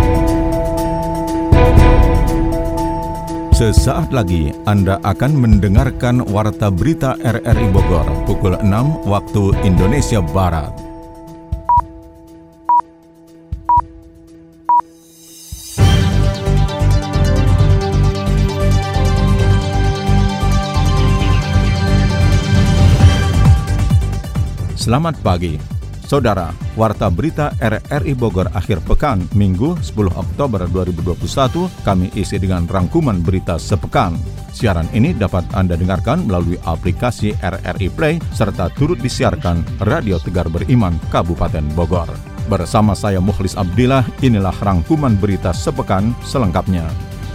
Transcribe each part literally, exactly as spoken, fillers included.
Sesaat lagi Anda akan mendengarkan Warta Berita R R I Bogor pukul enam waktu Indonesia Barat. Selamat pagi, Saudara. Warta Berita R R I Bogor akhir pekan, Minggu sepuluh Oktober dua ribu dua puluh satu, kami isi dengan rangkuman berita sepekan. Siaran ini dapat Anda dengarkan melalui aplikasi R R I Play serta turut disiarkan Radio Tegar Beriman Kabupaten Bogor. Bersama saya Mukhlis Abdillah, inilah rangkuman berita sepekan selengkapnya.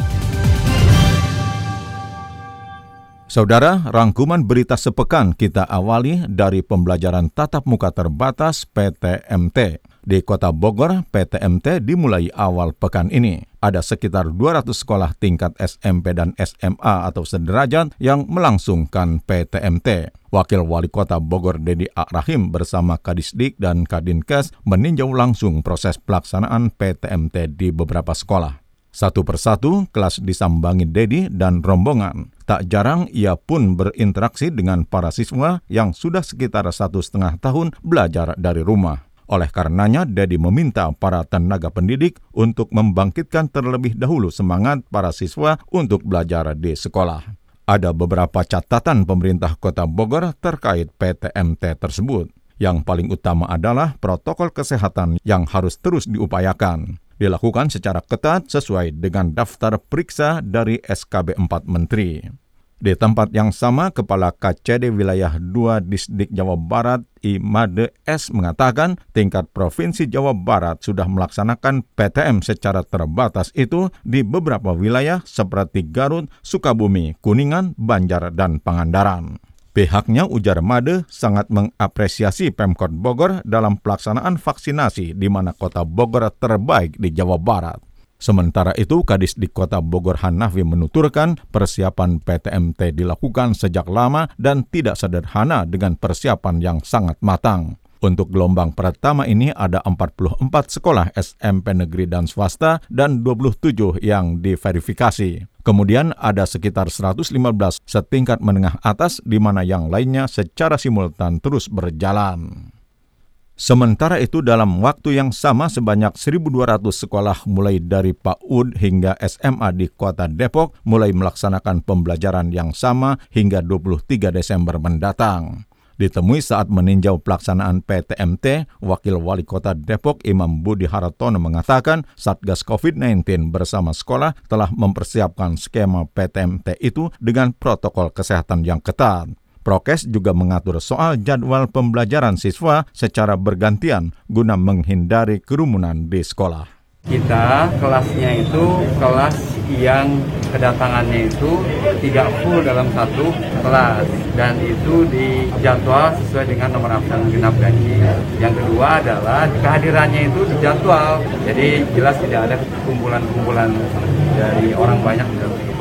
Saudara, rangkuman berita sepekan kita awali dari pembelajaran tatap muka terbatas P T M T. Di Kota Bogor, P T M T dimulai awal pekan ini. Ada sekitar dua ratus sekolah tingkat S M P dan S M A atau sederajat yang melangsungkan P T M T. Wakil Wali Kota Bogor Dedi A. Rahim bersama Kadisdik dan Kadinkes meninjau langsung proses pelaksanaan P T M T di beberapa sekolah. Satu persatu kelas disambangi Dedi dan rombongan. Tak jarang ia pun berinteraksi dengan para siswa yang sudah sekitar satu setengah tahun belajar dari rumah. Oleh karenanya, Dedi meminta para tenaga pendidik untuk membangkitkan terlebih dahulu semangat para siswa untuk belajar di sekolah. Ada beberapa catatan pemerintah Kota Bogor terkait P T M T tersebut. Yang paling utama adalah protokol kesehatan yang harus terus diupayakan. Dilakukan secara ketat sesuai dengan daftar periksa dari S K B empat Menteri. Di tempat yang sama, Kepala K C D Wilayah dua Disdik Jawa Barat Imade S mengatakan tingkat Provinsi Jawa Barat sudah melaksanakan P T M secara terbatas itu di beberapa wilayah seperti Garut, Sukabumi, Kuningan, Banjar, dan Pangandaran. Pihaknya, ujar Made, sangat mengapresiasi Pemkot Bogor dalam pelaksanaan vaksinasi di mana Kota Bogor terbaik di Jawa Barat. Sementara itu, Kadisdik Kota Bogor Hanafi menuturkan persiapan P T M T dilakukan sejak lama dan tidak sederhana dengan persiapan yang sangat matang. Untuk gelombang pertama ini ada empat puluh empat sekolah S M P negeri dan swasta dan dua puluh tujuh yang diverifikasi. Kemudian ada sekitar seratus lima belas setingkat menengah atas di mana yang lainnya secara simultan terus berjalan. Sementara itu dalam waktu yang sama sebanyak seribu dua ratus sekolah mulai dari P A U D hingga S M A di Kota Depok mulai melaksanakan pembelajaran yang sama hingga dua puluh tiga Desember mendatang. Ditemui saat meninjau pelaksanaan P T M T, Wakil Wali Kota Depok Imam Budi Hartono mengatakan Satgas covid sembilan belas bersama sekolah telah mempersiapkan skema P T M T itu dengan protokol kesehatan yang ketat. Prokes juga mengatur soal jadwal pembelajaran siswa secara bergantian guna menghindari kerumunan di sekolah. Kita kelasnya itu kelas yang kedatangannya itu tidak full dalam satu kelas dan itu dijadwal sesuai dengan nomor absen genap ganjil. Yang kedua adalah kehadirannya itu dijadwal, jadi jelas tidak ada kumpulan-kumpulan dari orang banyak.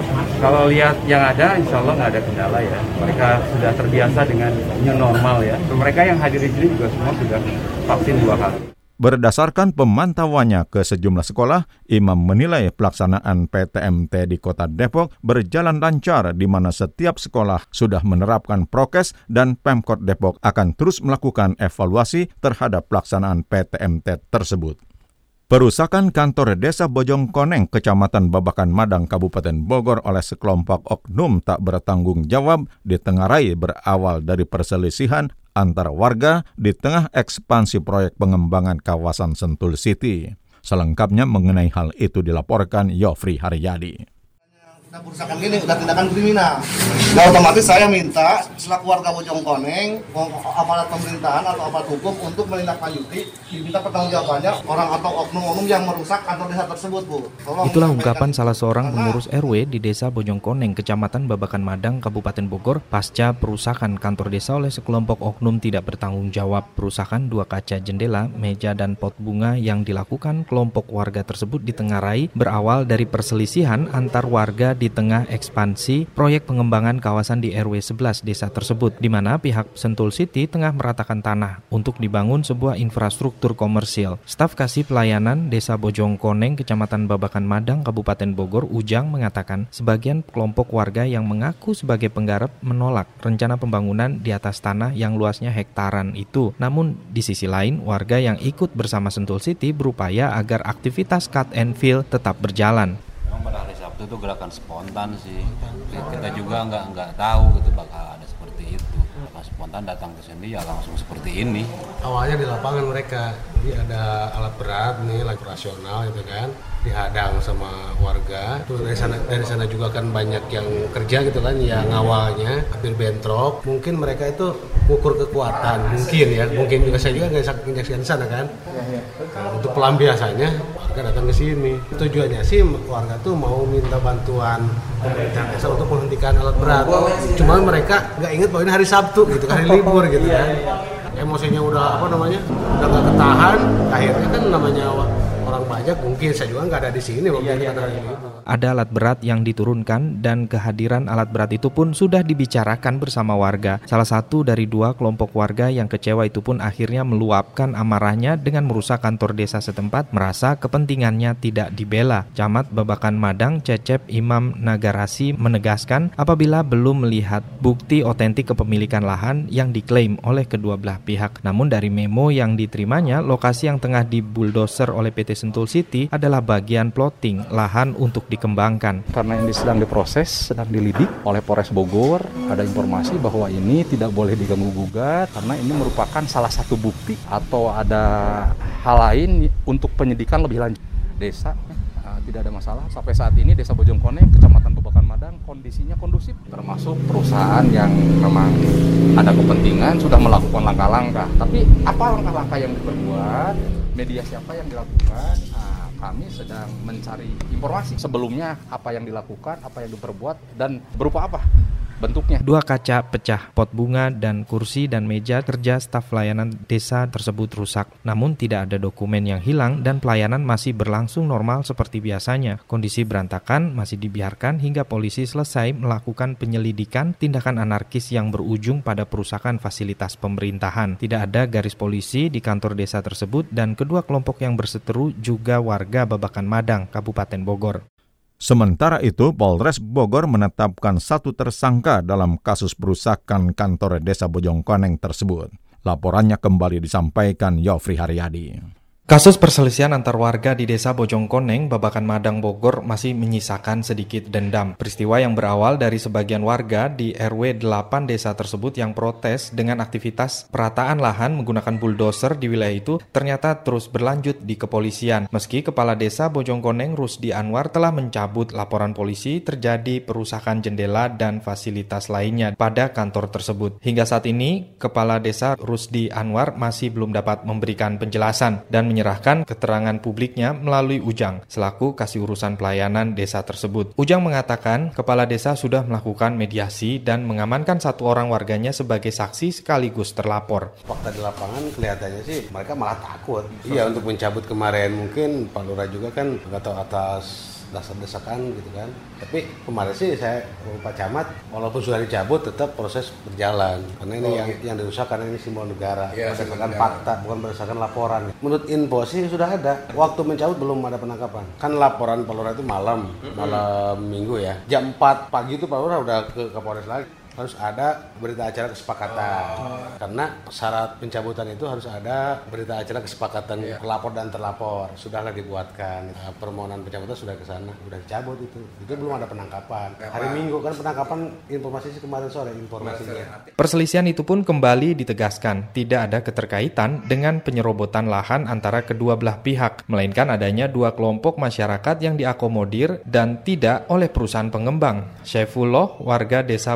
Kalau lihat yang ada, insya Allah nggak ada kendala ya. Mereka sudah terbiasa dengan new normal ya. Mereka yang hadir di sini juga semua sudah vaksin dua kali. Berdasarkan pemantauannya ke sejumlah sekolah, Imam menilai pelaksanaan P T M T di Kota Depok berjalan lancar di mana setiap sekolah sudah menerapkan prokes dan Pemkot Depok akan terus melakukan evaluasi terhadap pelaksanaan P T M T tersebut. Perusakan kantor Desa Bojongkoneng, Kecamatan Babakan Madang, Kabupaten Bogor oleh sekelompok oknum tak bertanggung jawab ditengarai berawal dari perselisihan antar warga di tengah ekspansi proyek pengembangan kawasan Sentul City. Selengkapnya mengenai hal itu dilaporkan Yofri Haryadi. Kita perusakan gini udah tindakan kriminal. Nah otomatis saya minta selaku warga Bojongkoneng, aparat pemerintahan atau aparat hukum untuk menindaklanjuti, diminta pertanggungjawabannya orang atau oknum-oknum yang merusak kantor desa tersebut, Bu. Tolong. Itulah ungkapan salah seorang pengurus R W di Desa Bojongkoneng, Kecamatan Babakan Madang, Kabupaten Bogor, pasca perusakan kantor desa oleh sekelompok oknum tidak bertanggung jawab. Perusakan dua kaca jendela, meja dan pot bunga yang dilakukan kelompok warga tersebut ditengarai berawal dari perselisihan antar warga di tengah ekspansi proyek pengembangan kawasan di R W sebelas desa tersebut, di mana pihak Sentul City tengah meratakan tanah untuk dibangun sebuah infrastruktur komersial. Staf Kasih Pelayanan Desa Bojongkoneng, Kecamatan Babakan Madang, Kabupaten Bogor, Ujang mengatakan sebagian kelompok warga yang mengaku sebagai penggarap menolak rencana pembangunan di atas tanah yang luasnya hektaran itu. Namun di sisi lain, warga yang ikut bersama Sentul City berupaya agar aktivitas cut and fill tetap berjalan. Memang pada hari Sabtu itu gerakan spontan sih. Kita juga nggak nggak tahu gitu bakal ada seperti itu. Pas spontan datang ke sini ya langsung seperti ini. Awalnya di lapangan mereka, jadi ada alat berat nih, lagi operasional gitu kan, dihadang sama warga. Terus dari sana dari sana juga kan banyak yang kerja gitu kan, yang awalnya hampir bentrok. Mungkin mereka itu ukur kekuatan, mungkin ya, mungkin juga saya juga nggak menyaksikan di sana kan. Nah, untuk pelampiasannya warga datang ke sini. Tujuannya sih warga tuh mau minta bantuan pemerintah desa untuk menghentikan alat berat. Cuman mereka nggak ingat bahwa ini hari Sabtu gitu, hari libur gitu kan. Emosinya udah apa namanya, udah nggak ketahan. Akhirnya kan namanya orang banyak, mungkin saya juga nggak ada di sini waktu itu ada hari libur. Ada alat berat yang diturunkan dan kehadiran alat berat itu pun sudah dibicarakan bersama warga. Salah satu dari dua kelompok warga yang kecewa itu pun akhirnya meluapkan amarahnya dengan merusak kantor desa setempat, merasa kepentingannya tidak dibela. Camat Babakan Madang, Cecep Imam Nagarasi menegaskan apabila belum melihat bukti otentik kepemilikan lahan yang diklaim oleh kedua belah pihak. Namun dari memo yang diterimanya, lokasi yang tengah dibuldoser oleh P T Sentul City adalah bagian plotting lahan untuk dikembangkan. Karena ini sedang diproses, sedang dilidik oleh Polres Bogor, ada informasi bahwa ini tidak boleh diganggu-gugat karena ini merupakan salah satu bukti atau ada hal lain untuk penyidikan lebih lanjut. Desa uh, tidak ada masalah. Sampai saat ini Desa Bojongkoneng, Kecamatan Babakan Madang, kondisinya kondusif. Termasuk perusahaan yang memang ada kepentingan sudah melakukan langkah-langkah. Tapi apa langkah-langkah yang diperbuat? Media siapa yang dilakukan? Nah, kami sedang mencari informasi sebelumnya apa yang dilakukan, apa yang diperbuat, dan berupa apa bentuknya. Dua kaca pecah, pot bunga dan kursi dan meja kerja staf pelayanan desa tersebut rusak. Namun tidak ada dokumen yang hilang dan pelayanan masih berlangsung normal seperti biasanya. Kondisi berantakan masih dibiarkan hingga polisi selesai melakukan penyelidikan tindakan anarkis yang berujung pada perusakan fasilitas pemerintahan. Tidak ada garis polisi di kantor desa tersebut dan kedua kelompok yang berseteru juga warga Babakan Madang, Kabupaten Bogor. Sementara itu, Polres Bogor menetapkan satu tersangka dalam kasus perusakan kantor Desa Bojongkoneng tersebut. Laporannya kembali disampaikan Yofri Haryadi. Kasus perselisihan antar warga di Desa Bojongkoneng, Babakan Madang, Bogor masih menyisakan sedikit dendam. Peristiwa yang berawal dari sebagian warga di R W delapan desa tersebut yang protes dengan aktivitas perataan lahan menggunakan bulldozer di wilayah itu ternyata terus berlanjut di kepolisian. Meski Kepala Desa Bojongkoneng Rusdi Anwar telah mencabut laporan polisi terjadi perusakan jendela dan fasilitas lainnya pada kantor tersebut. Hingga saat ini, Kepala Desa Rusdi Anwar masih belum dapat memberikan penjelasan dan menyerahkan keterangan publiknya melalui Ujang selaku kasih urusan pelayanan desa tersebut. Ujang mengatakan kepala desa sudah melakukan mediasi dan mengamankan satu orang warganya sebagai saksi sekaligus terlapor. Fakta di lapangan kelihatannya sih mereka malah takut. Iya, untuk mencabut kemarin mungkin Pak Lurah juga kan nggak tahu atas dasar-desakan gitu kan. Tapi kemarin sih saya Pak Camat walaupun sudah dicabut tetap proses berjalan karena ini oh, yang gitu. Yang dirusak karena ini simbol negara ya, berdasarkan fakta bukan berdasarkan laporan. Menurut info sih sudah ada. Waktu mencabut belum ada penangkapan. Kan laporan Pak Lurah itu malam, mm-hmm. malam Minggu ya. Jam empat pagi itu Pak Lurah udah ke Kapolres lagi. Harus ada berita acara kesepakatan oh. Karena syarat pencabutan itu harus ada berita acara kesepakatan yeah. Pelapor dan terlapor sudahlah dibuatkan. Permohonan pencabutan sudah ke sana, sudah dicabut itu. Itu belum ada penangkapan. Hari Minggu kan penangkapan informasi sih kemarin sore informasinya. Perselisihan itu pun kembali ditegaskan tidak ada keterkaitan dengan penyerobotan lahan antara kedua belah pihak, melainkan adanya dua kelompok masyarakat yang diakomodir dan tidak oleh perusahaan pengembang. Syaifullah, warga Desa Bojongkoneng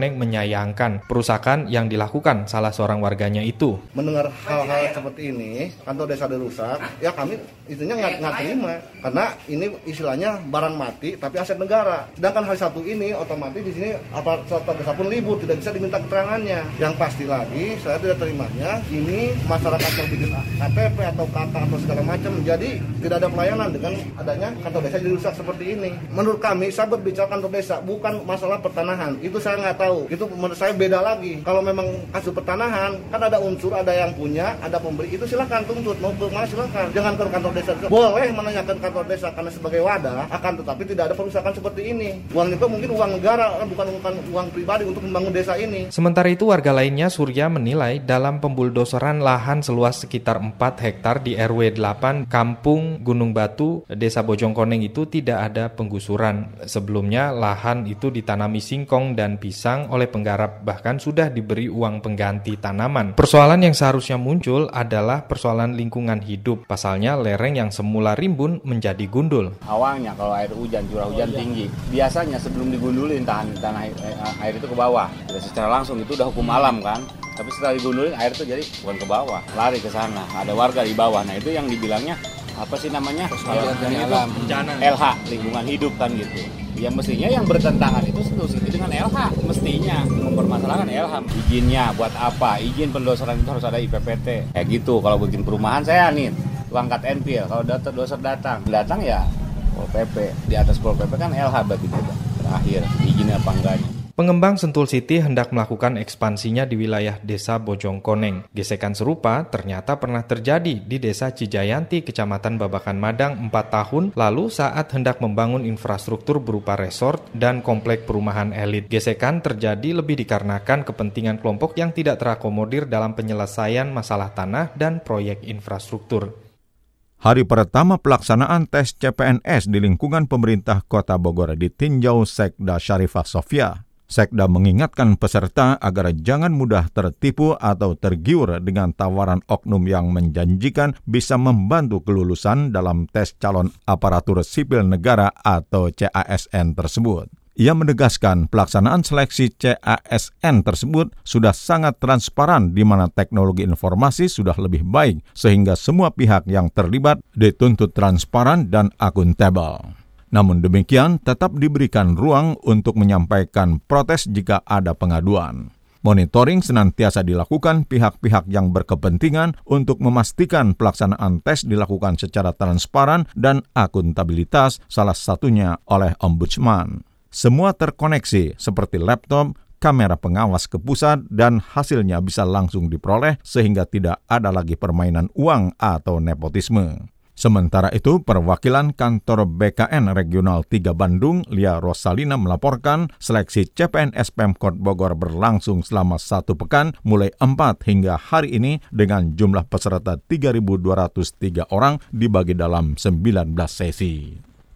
Bojongkoneng menyayangkan perusakan yang dilakukan salah seorang warganya itu. Mendengar hal-hal seperti ini, kantor desa dirusak, ya kami itunya nggak nggak terima karena ini istilahnya barang mati tapi aset negara. Sedangkan hari Sabtu ini otomatis di sini aparat desa pun libur, tidak bisa diminta keterangannya. Yang pasti lagi saya tidak terimanya ini masyarakat yang bikin K T P atau K K atau segala macam, jadi tidak ada pelayanan dengan adanya kantor desa dirusak seperti ini. Menurut kami, saya berbicara kantor desa bukan masalah pertanahan, itu saya nggak tahu, itu menurut saya beda lagi. Kalau memang kasus pertanahan kan ada unsur, ada yang punya, ada pemberi, itu silakan tuntut, mau ke mana silakan, jangan ke kantor desa. Boleh menanyakan kantor desa karena sebagai wadah, akan tetapi tidak ada perusakan seperti ini. Uang itu mungkin uang negara, bukan bukan uang pribadi untuk membangun desa ini. Sementara itu warga lainnya, Surya, menilai dalam pembuldoseran lahan seluas sekitar empat hektar di R W delapan Kampung Gunung Batu, Desa Bojongkoneng itu tidak ada penggusuran. Sebelumnya lahan itu ditanami singkong dan pisang oleh penggarap, bahkan sudah diberi uang pengganti tanaman. Persoalan yang seharusnya muncul adalah persoalan lingkungan hidup. Pasalnya lereng yang semula rimbun menjadi gundul. Awalnya kalau air hujan, curah hujan tinggi, biasanya sebelum digundulin tahan tanah air itu ke bawah. Jadi secara langsung itu udah hukum alam kan. Tapi setelah digundulin air itu jadi bukan ke bawah, lari ke sana. Ada warga di bawah. Nah itu yang dibilangnya apa sih namanya? Kalau alam bencana L H, lingkungan hidup kan gitu. Ya mestinya yang bertentangan itu setuju dengan L H, mestinya mempermasalahkan L H. Izinnya buat apa? Izin pendoseran itu harus ada I P P T. Kayak gitu kalau bikin perumahan saya nih, angkat N P L. Kalau datang doser datang, datang ya Pol P P. Di atas Pol P P kan L H berarti kita. Terakhir izinnya apa enggaknya. Pengembang Sentul City hendak melakukan ekspansinya di wilayah Desa Bojongkoneng. Gesekan serupa ternyata pernah terjadi di Desa Cijayanti, Kecamatan Babakan Madang empat tahun lalu saat hendak membangun infrastruktur berupa resort dan komplek perumahan elit. Gesekan terjadi lebih dikarenakan kepentingan kelompok yang tidak terakomodir dalam penyelesaian masalah tanah dan proyek infrastruktur. Hari pertama pelaksanaan tes C P N S di lingkungan pemerintah Kota Bogor ditinjau Sekda Syarifah Sofia. Sekda mengingatkan peserta agar jangan mudah tertipu atau tergiur dengan tawaran oknum yang menjanjikan bisa membantu kelulusan dalam tes calon aparatur sipil negara atau C A S N tersebut. Ia menegaskan pelaksanaan seleksi C A S N tersebut sudah sangat transparan di mana teknologi informasi sudah lebih baik sehingga semua pihak yang terlibat dituntut transparan dan akuntabel. Namun demikian, tetap diberikan ruang untuk menyampaikan protes jika ada pengaduan. Monitoring senantiasa dilakukan pihak-pihak yang berkepentingan untuk memastikan pelaksanaan tes dilakukan secara transparan dan akuntabilitas, salah satunya oleh Ombudsman. Semua terkoneksi seperti laptop, kamera pengawas ke pusat, dan hasilnya bisa langsung diperoleh sehingga tidak ada lagi permainan uang atau nepotisme. Sementara itu, perwakilan kantor B K N Regional tiga Bandung, Lia Rosalina, melaporkan seleksi C P N S Pemkot Bogor berlangsung selama satu pekan mulai empat hingga hari ini dengan jumlah peserta tiga ribu dua ratus tiga orang dibagi dalam sembilan belas sesi.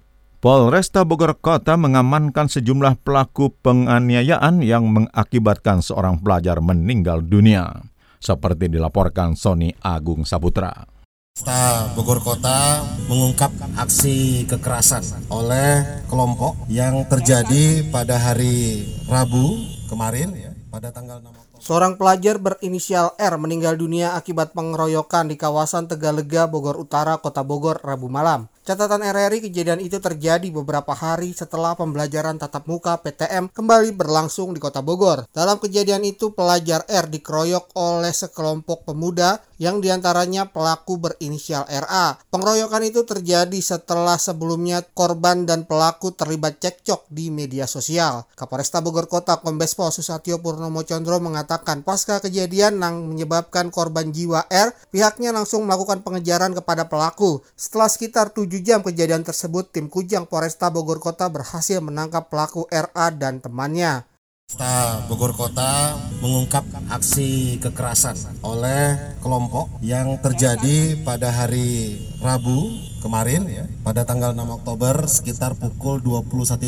Polresta Bogor Kota mengamankan sejumlah pelaku penganiayaan yang mengakibatkan seorang pelajar meninggal dunia, seperti dilaporkan Sony Agung Saputra. Polresta Bogor Kota mengungkap aksi kekerasan oleh kelompok yang terjadi pada hari Rabu kemarin ya, pada tanggal enam Oktober. Seorang pelajar berinisial R meninggal dunia akibat pengeroyokan di kawasan Tegalega, Bogor Utara, Kota Bogor, Rabu malam. Catatan R R I, kejadian itu terjadi beberapa hari setelah pembelajaran tatap muka P T M kembali berlangsung di Kota Bogor. Dalam kejadian itu, pelajar R dikeroyok oleh sekelompok pemuda yang diantaranya pelaku berinisial R A. Pengeroyokan itu terjadi setelah sebelumnya korban dan pelaku terlibat cekcok di media sosial. Kapolresta Bogor Kota Kombes Pol Susatyo Purnomo Condro mengatakan pasca kejadian yang menyebabkan korban jiwa R, pihaknya langsung melakukan pengejaran kepada pelaku. Setelah sekitar tujuh jam kejadian tersebut, tim Kujang Polresta Bogor Kota berhasil menangkap pelaku R A dan temannya. Polresta Bogor Kota mengungkap aksi kekerasan oleh kelompok yang terjadi pada hari Rabu kemarin ya, pada tanggal enam Oktober sekitar pukul dua puluh satu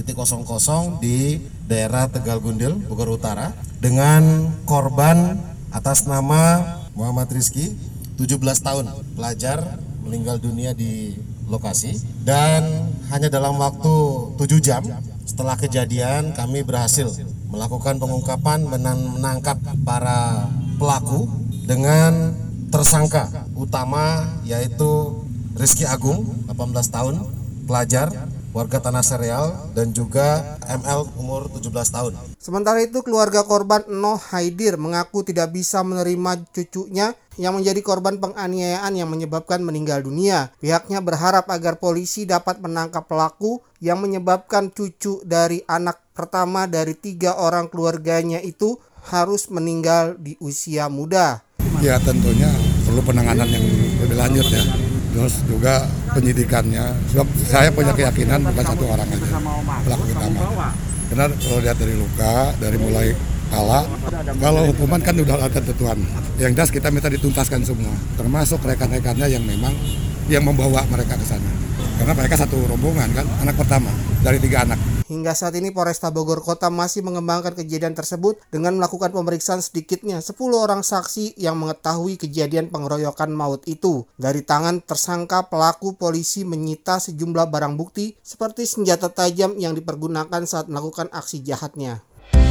di daerah Tegal Gundil, Bogor Utara, dengan korban atas nama Muhammad Rizky, tujuh belas tahun, pelajar, meninggal dunia di lokasi. Dan hanya dalam waktu tujuh jam setelah kejadian kami berhasil melakukan pengungkapan dan menangkap para pelaku dengan tersangka utama yaitu Rizky Agung, delapan belas tahun, pelajar, warga Tanah Sereal, dan juga M L umur tujuh belas tahun. Sementara itu, keluarga korban Noh Haidir mengaku tidak bisa menerima cucunya yang menjadi korban penganiayaan yang menyebabkan meninggal dunia. Pihaknya berharap agar polisi dapat menangkap pelaku yang menyebabkan cucu dari anak pertama dari tiga orang keluarganya itu harus meninggal di usia muda. Ya, tentunya perlu penanganan yang lebih lanjut ya. Terus juga penyidikannya. Sebab saya punya keyakinan bukan satu orang aja pelaku utama. Karena kalau lihat dari luka, dari mulai kepala, kalau hukuman kan udah ada tentuan. Yang jelas kita minta dituntaskan semua, termasuk rekan-rekannya yang memang yang membawa mereka ke sana. Karena mereka satu rombongan kan, anak pertama dari tiga anak. Hingga saat ini Polresta Bogor Kota masih mengembangkan kejadian tersebut dengan melakukan pemeriksaan sedikitnya sepuluh orang saksi yang mengetahui kejadian pengeroyokan maut itu. Dari tangan tersangka pelaku, polisi menyita sejumlah barang bukti seperti senjata tajam yang dipergunakan saat melakukan aksi jahatnya.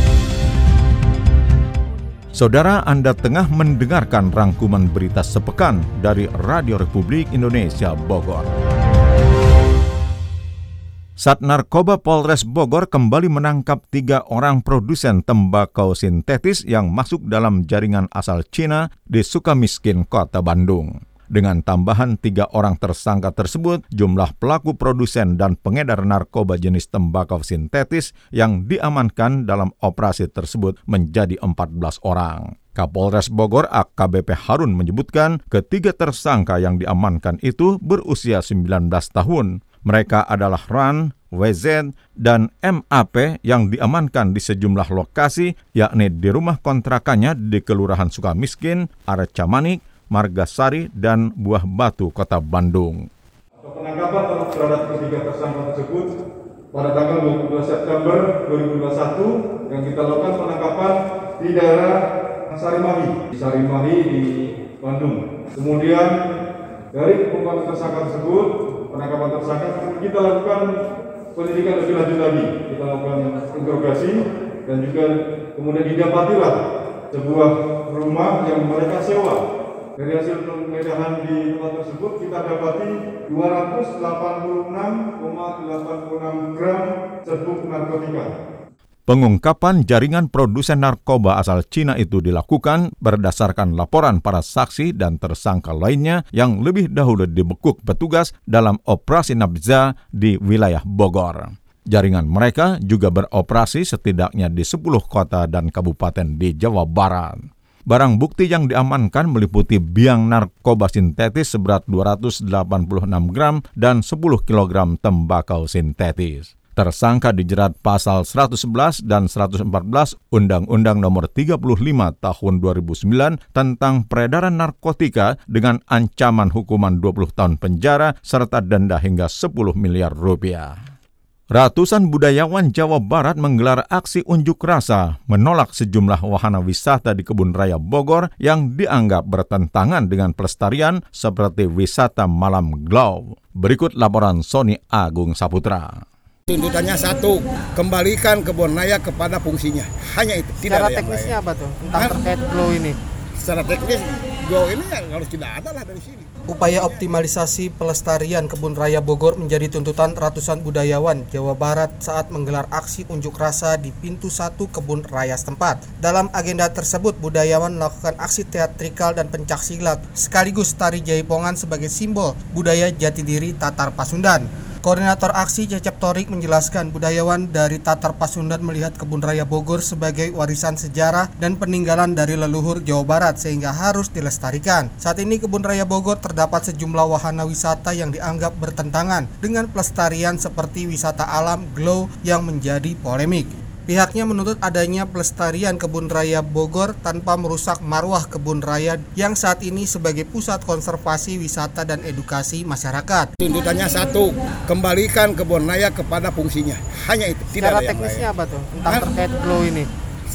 Saudara, Anda tengah mendengarkan rangkuman berita sepekan dari Radio Republik Indonesia Bogor. Sat Narkoba Polres Bogor kembali menangkap tiga orang produsen tembakau sintetis yang masuk dalam jaringan asal Cina di Sukamiskin, Kota Bandung. Dengan tambahan tiga orang tersangka tersebut, jumlah pelaku produsen dan pengedar narkoba jenis tembakau sintetis yang diamankan dalam operasi tersebut menjadi empat belas orang. Kapolres Bogor A K B P Harun menyebutkan ketiga tersangka yang diamankan itu berusia sembilan belas tahun. Mereka adalah Ran, W Z, dan M A P yang diamankan di sejumlah lokasi, yakni di rumah kontrakannya di Kelurahan Sukamiskin, Arca Manik, Margasari, dan Buah Batu, Kota Bandung. Penangkapan terhadap ketiga tersangka tersebut pada tanggal dua puluh dua September dua ribu dua puluh satu yang kita lakukan penangkapan di daerah Sarimahi, di Sarimahi di Bandung. Kemudian dari penangkapan tersangka tersebut, penangkapan tersangka kita lakukan penyidikan lebih lanjut lagi. Kita lakukan interogasi dan juga kemudian didapatilah sebuah rumah yang mereka sewa. Dari hasil penggeledahan di tempat tersebut kita dapati dua ratus delapan puluh enam koma delapan puluh enam gram serbuk narkotika. Pengungkapan jaringan produsen narkoba asal Cina itu dilakukan berdasarkan laporan para saksi dan tersangka lainnya yang lebih dahulu dibekuk petugas dalam operasi Nabza di wilayah Bogor. Jaringan mereka juga beroperasi setidaknya di sepuluh kota dan kabupaten di Jawa Barat. Barang bukti yang diamankan meliputi biang narkoba sintetis seberat dua ratus delapan puluh enam gram dan sepuluh kilogram tembakau sintetis. Tersangka dijerat pasal seratus sebelas dan seratus empat belas Undang-Undang Nomor tiga puluh lima Tahun dua ribu sembilan tentang peredaran narkotika dengan ancaman hukuman dua puluh tahun penjara serta denda hingga sepuluh miliar rupiah. Ratusan budayawan Jawa Barat menggelar aksi unjuk rasa menolak sejumlah wahana wisata di Kebun Raya Bogor yang dianggap bertentangan dengan pelestarian seperti wisata malam Glow. Berikut laporan Sony Agung Saputra. Tuntutannya satu, kembalikan Kebun Raya kepada fungsinya. Hanya itu. Tidak Secara ada teknisnya yang apa tuh? Tentang Hah? terkait Glow ini? Secara teknis, Glow ini ya harus tidak ada lah dari sini. Upaya optimalisasi pelestarian Kebun Raya Bogor menjadi tuntutan ratusan budayawan Jawa Barat saat menggelar aksi unjuk rasa di pintu satu Kebun Raya setempat. Dalam agenda tersebut, budayawan melakukan aksi teatrikal dan pencaksilat, sekaligus tari jaipongan sebagai simbol budaya jati diri Tatar Pasundan. Koordinator aksi Cecep Torik menjelaskan budayawan dari Tatar Pasundan melihat Kebun Raya Bogor sebagai warisan sejarah dan peninggalan dari leluhur Jawa Barat sehingga harus dilestarikan. Saat ini Kebun Raya Bogor terdapat sejumlah wahana wisata yang dianggap bertentangan dengan pelestarian seperti wisata alam Glow yang menjadi polemik. Pihaknya menuntut adanya pelestarian Kebun Raya Bogor tanpa merusak marwah Kebun Raya yang saat ini sebagai pusat konservasi, wisata, dan edukasi masyarakat. Tuntutannya satu, kembalikan Kebun Raya kepada fungsinya. Hanya itu. Tidak Secara ada yang teknisnya lain. apa tuh? Tentang Hah? terkait Glow ini?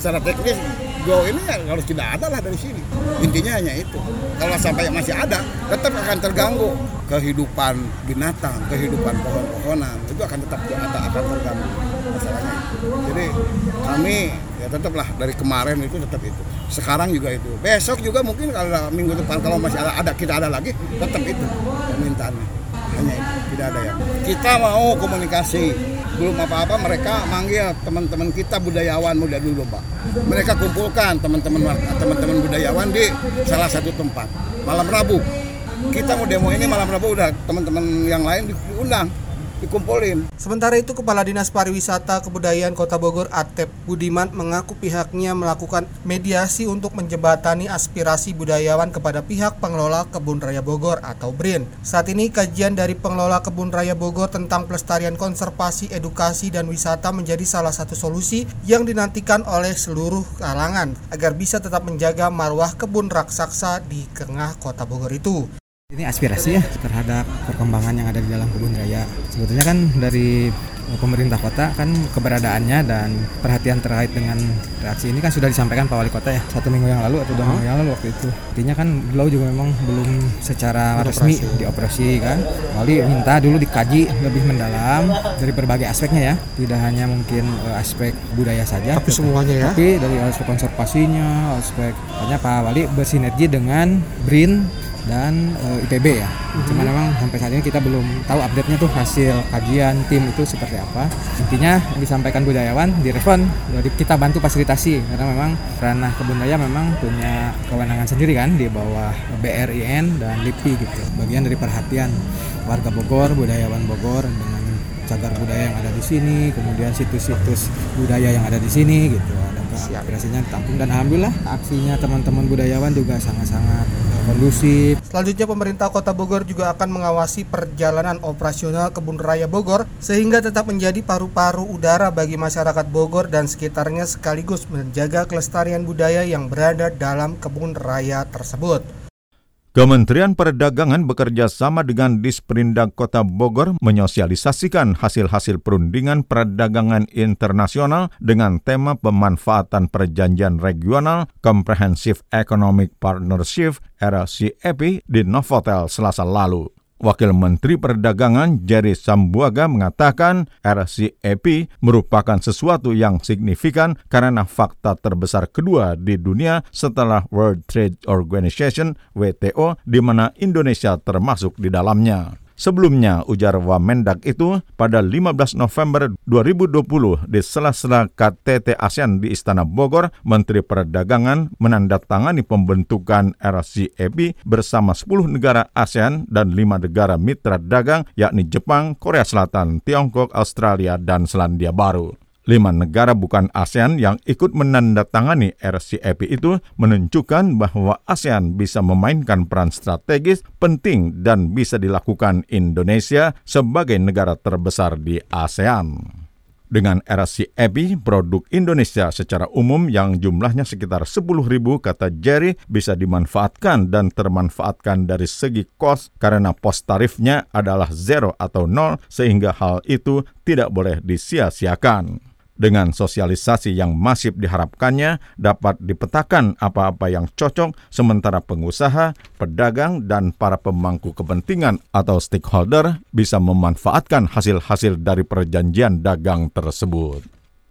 secara teknis go ini ya harus tidak ada lah dari sini. Intinya hanya itu. Kalau sampai masih ada, tetap akan terganggu kehidupan binatang, kehidupan pohon-pohonan itu akan tetap ada akan terganggu masalahnya. Jadi kami ya tetaplah dari kemarin itu tetap itu. Sekarang juga itu. Besok juga mungkin kalau minggu depan kalau masih ada, ada kita ada lagi tetap itu permintaannya. Hanya itu, tidak ada ya. Kita mau komunikasi. Belum apa-apa mereka manggil teman-teman kita budayawan muda dulu Pak. Mereka kumpulkan teman-teman teman-teman budayawan di salah satu tempat malam Rabu. Kita mau demo ini malam Rabu udah teman-teman yang lain diundang, dikumpulin. Sementara itu Kepala Dinas Pariwisata Kebudayaan Kota Bogor Atep Budiman mengaku pihaknya melakukan mediasi untuk menjembatani aspirasi budayawan kepada pihak pengelola Kebun Raya Bogor atau B R I N. Saat ini kajian dari pengelola Kebun Raya Bogor tentang pelestarian konservasi, edukasi, dan wisata menjadi salah satu solusi yang dinantikan oleh seluruh kalangan agar bisa tetap menjaga marwah kebun raksasa di tengah Kota Bogor itu. Ini aspirasi ya terhadap perkembangan yang ada di dalam kebun raya. Sebetulnya kan dari pemerintah kota kan keberadaannya dan perhatian terkait dengan reaksi ini kan sudah disampaikan Pak Wali Kota ya satu minggu yang lalu atau dua minggu yang lalu waktu itu. Artinya kan beliau juga memang belum secara resmi dioperasi kan. Wali minta dulu dikaji lebih mendalam dari berbagai aspeknya ya, tidak hanya mungkin uh, aspek budaya saja, tapi semuanya ya. Tapi dari aspek konservasinya, aspek banyak Pak Wali bersinergi dengan B R I N dan e, I P B ya. Mm-hmm. Cuma memang sampai saat ini kita belum tahu update-nya tuh hasil kajian tim itu seperti apa. Intinya yang disampaikan budayawan direspon, jadi kita bantu fasilitasi karena memang ranah kebun raya memang punya kewenangan sendiri kan di bawah B R I N dan L I P I gitu. Bagian dari perhatian warga Bogor, budayawan Bogor dengan cagar budaya yang ada di sini, kemudian situs-situs budaya yang ada di sini gitu. Ada aspirasinya ditampung dan alhamdulillah aksinya teman-teman budayawan juga sangat-sangat kondusif. Selanjutnya pemerintah Kota Bogor juga akan mengawasi perjalanan operasional Kebun Raya Bogor sehingga tetap menjadi paru-paru udara bagi masyarakat Bogor dan sekitarnya sekaligus menjaga kelestarian budaya yang berada dalam kebun raya tersebut. Kementerian Perdagangan bekerja sama dengan Disperindak Kota Bogor menyosialisasikan hasil-hasil perundingan perdagangan internasional dengan tema pemanfaatan perjanjian regional Comprehensive Economic Partnership R C E P di Novotel Selasa lalu. Wakil Menteri Perdagangan Jerry Sambuaga mengatakan R C E P merupakan sesuatu yang signifikan karena fakta terbesar kedua di dunia setelah World Trade Organization W T O di mana Indonesia termasuk di dalamnya. Sebelumnya, ujar Wamendak itu pada lima belas November dua ribu dua puluh di sela-sela K T T ASEAN di Istana Bogor, Menteri Perdagangan menandatangani pembentukan R C E P bersama sepuluh negara ASEAN dan lima negara mitra dagang yakni Jepang, Korea Selatan, Tiongkok, Australia, dan Selandia Baru. Lima negara bukan ASEAN yang ikut menandatangani R C E P itu menunjukkan bahwa ASEAN bisa memainkan peran strategis penting dan bisa dilakukan Indonesia sebagai negara terbesar di ASEAN. Dengan R C E P, produk Indonesia secara umum yang jumlahnya sekitar sepuluh ribu, kata Jerry, bisa dimanfaatkan dan termanfaatkan dari segi kos karena pos tarifnya adalah zero atau nol sehingga hal itu tidak boleh disia-siakan. Dengan sosialisasi yang masif diharapkannya dapat dipetakan apa-apa yang cocok sementara pengusaha, pedagang, dan para pemangku kepentingan atau stakeholder bisa memanfaatkan hasil-hasil dari perjanjian dagang tersebut.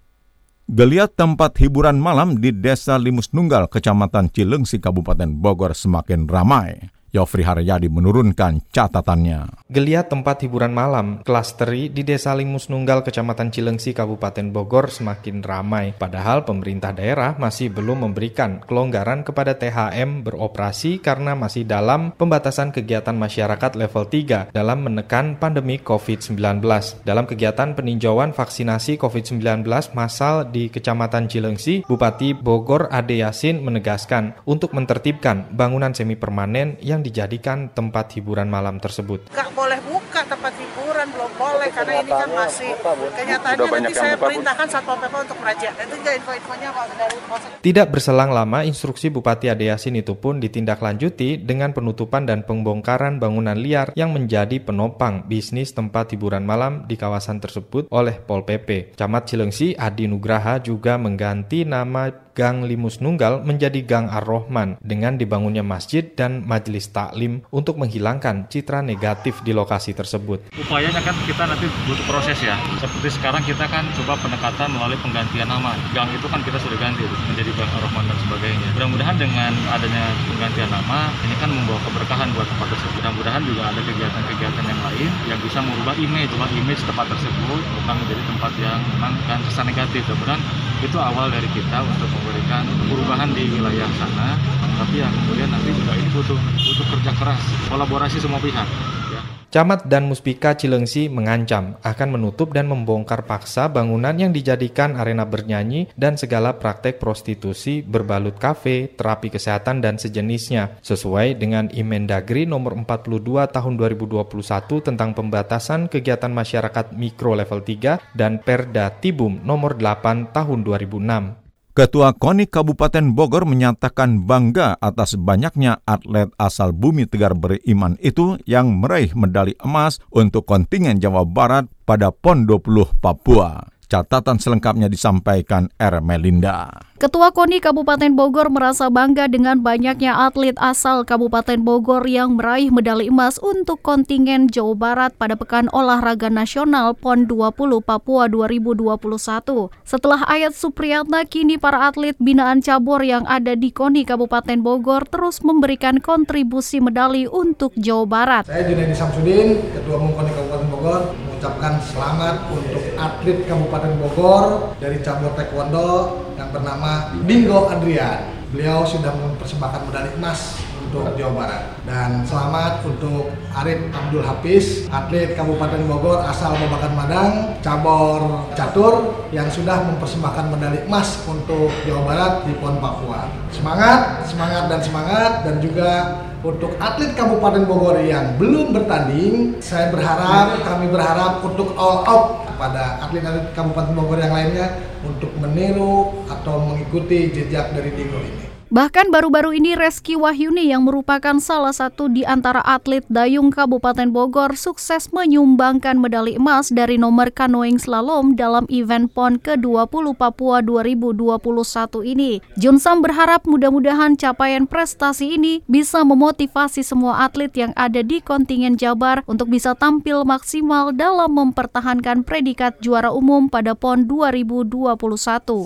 Geliat tempat hiburan malam di Desa Limus Nunggal, Kecamatan Cilengsi, Kabupaten Bogor semakin ramai. Yofri Haryadi menurunkan catatannya. Geliat tempat hiburan malam klasteri di Desa Limus Nunggal, Kecamatan Cilengsi, Kabupaten Bogor semakin ramai. Padahal pemerintah daerah masih belum memberikan kelonggaran kepada T H M beroperasi karena masih dalam pembatasan kegiatan masyarakat level tiga dalam menekan pandemi covid sembilan belas. Dalam kegiatan peninjauan vaksinasi covid sembilan belas massal di Kecamatan Cilengsi, Bupati Bogor Ade Yasin menegaskan untuk mentertibkan bangunan semi permanen yang dijadikan tempat hiburan malam tersebut. Nggak boleh buka tempat hiburan, belum boleh karena ini kan masih kenyataannya nanti saya perintahkan Satpol P P untuk merazia. Itu juga info-infonya Pak dari Polsek. Tidak berselang lama, instruksi Bupati Ade Yasin itu pun ditindaklanjuti dengan penutupan dan pembongkaran bangunan liar yang menjadi penopang bisnis tempat hiburan malam di kawasan tersebut oleh Pol P P. Camat Cilengsi Adi Nugraha juga mengganti nama Gang Limus Nunggal menjadi Gang Ar-Rahman dengan dibangunnya masjid dan majelis taklim untuk menghilangkan citra negatif di lokasi tersebut. Upayanya kan kita nanti butuh proses ya. Seperti sekarang kita kan coba pendekatan melalui penggantian nama. Gang itu kan kita sudah ganti menjadi Gang Ar-Rahman dan sebagainya. Mudah-mudahan dengan adanya penggantian nama ini kan membawa keberkahan buat tempat tersebut. Mudah-mudahan juga ada kegiatan-kegiatan yang lain yang bisa merubah image, merubah image tempat tersebut bukan menjadi tempat yang memang kan kesan negatif. Mudah-mudahan itu awal dari kita untuk memberikan perubahan di wilayah sana, tapi yang kemudian nanti juga ini butuh butuh kerja keras, kolaborasi semua pihak. Ya. Camat dan Muspika Cilengsi mengancam akan menutup dan membongkar paksa bangunan yang dijadikan arena bernyanyi dan segala praktek prostitusi berbalut kafe, terapi kesehatan dan sejenisnya, sesuai dengan Imendagri nomor empat puluh dua tahun dua ribu dua puluh satu tentang pembatasan kegiatan masyarakat mikro level tiga dan Perda Tibum nomor delapan tahun dua ribu enam. Ketua KONI Kabupaten Bogor menyatakan bangga atas banyaknya atlet asal Bumi Tegar Beriman itu yang meraih medali emas untuk kontingen Jawa Barat pada PON dua puluh Papua. Catatan selengkapnya disampaikan R. Melinda. Ketua KONI Kabupaten Bogor merasa bangga dengan banyaknya atlet asal Kabupaten Bogor yang meraih medali emas untuk kontingen Jawa Barat pada Pekan Olahraga Nasional PON dua puluh Papua dua ribu dua puluh satu. Setelah Ayat Supriyatna, kini para atlet binaan cabur yang ada di KONI Kabupaten Bogor terus memberikan kontribusi medali untuk Jawa Barat. Saya Junaidi Samsudin, Ketua Umum KONI Kabupaten Bogor, mengucapkan selamat untuk atlet Kabupaten Bogor dari cabur taekwondo yang bernama Bingo Adrian. Beliau sudah mempersembahkan medali emas untuk Jawa Barat. Dan selamat untuk Arif Abdul Hafiz, atlet Kabupaten Bogor asal Babakan Madang, cabur catur yang sudah mempersembahkan medali emas untuk Jawa Barat di PON Papua. Semangat, semangat dan semangat. Dan juga untuk atlet Kabupaten Bogor yang belum bertanding, saya berharap, kami berharap untuk all out kepada atlet-atlet Kabupaten Bogor yang lainnya untuk meniru atau mengikuti jejak dari Bingo ini. Bahkan baru-baru ini Reski Wahyuni yang merupakan salah satu di antara atlet dayung Kabupaten Bogor sukses menyumbangkan medali emas dari nomor kanoing slalom dalam event PON ke dua puluh Papua dua ribu dua puluh satu ini. Junsam berharap mudah-mudahan capaian prestasi ini bisa memotivasi semua atlet yang ada di kontingen Jabar untuk bisa tampil maksimal dalam mempertahankan predikat juara umum pada PON dua ribu dua puluh satu.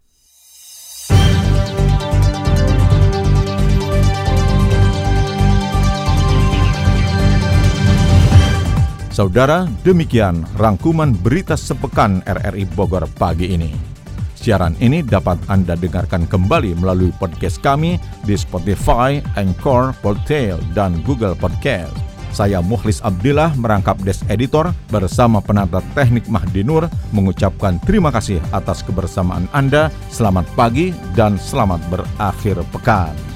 Saudara, demikian rangkuman berita sepekan R R I Bogor pagi ini. Siaran ini dapat Anda dengarkan kembali melalui podcast kami di Spotify, Anchor, Podtail, dan Google Podcast. Saya Mukhlis Abdillah merangkap Desk Editor bersama penata teknik Mahdi Nur mengucapkan terima kasih atas kebersamaan Anda. Selamat pagi dan selamat berakhir pekan.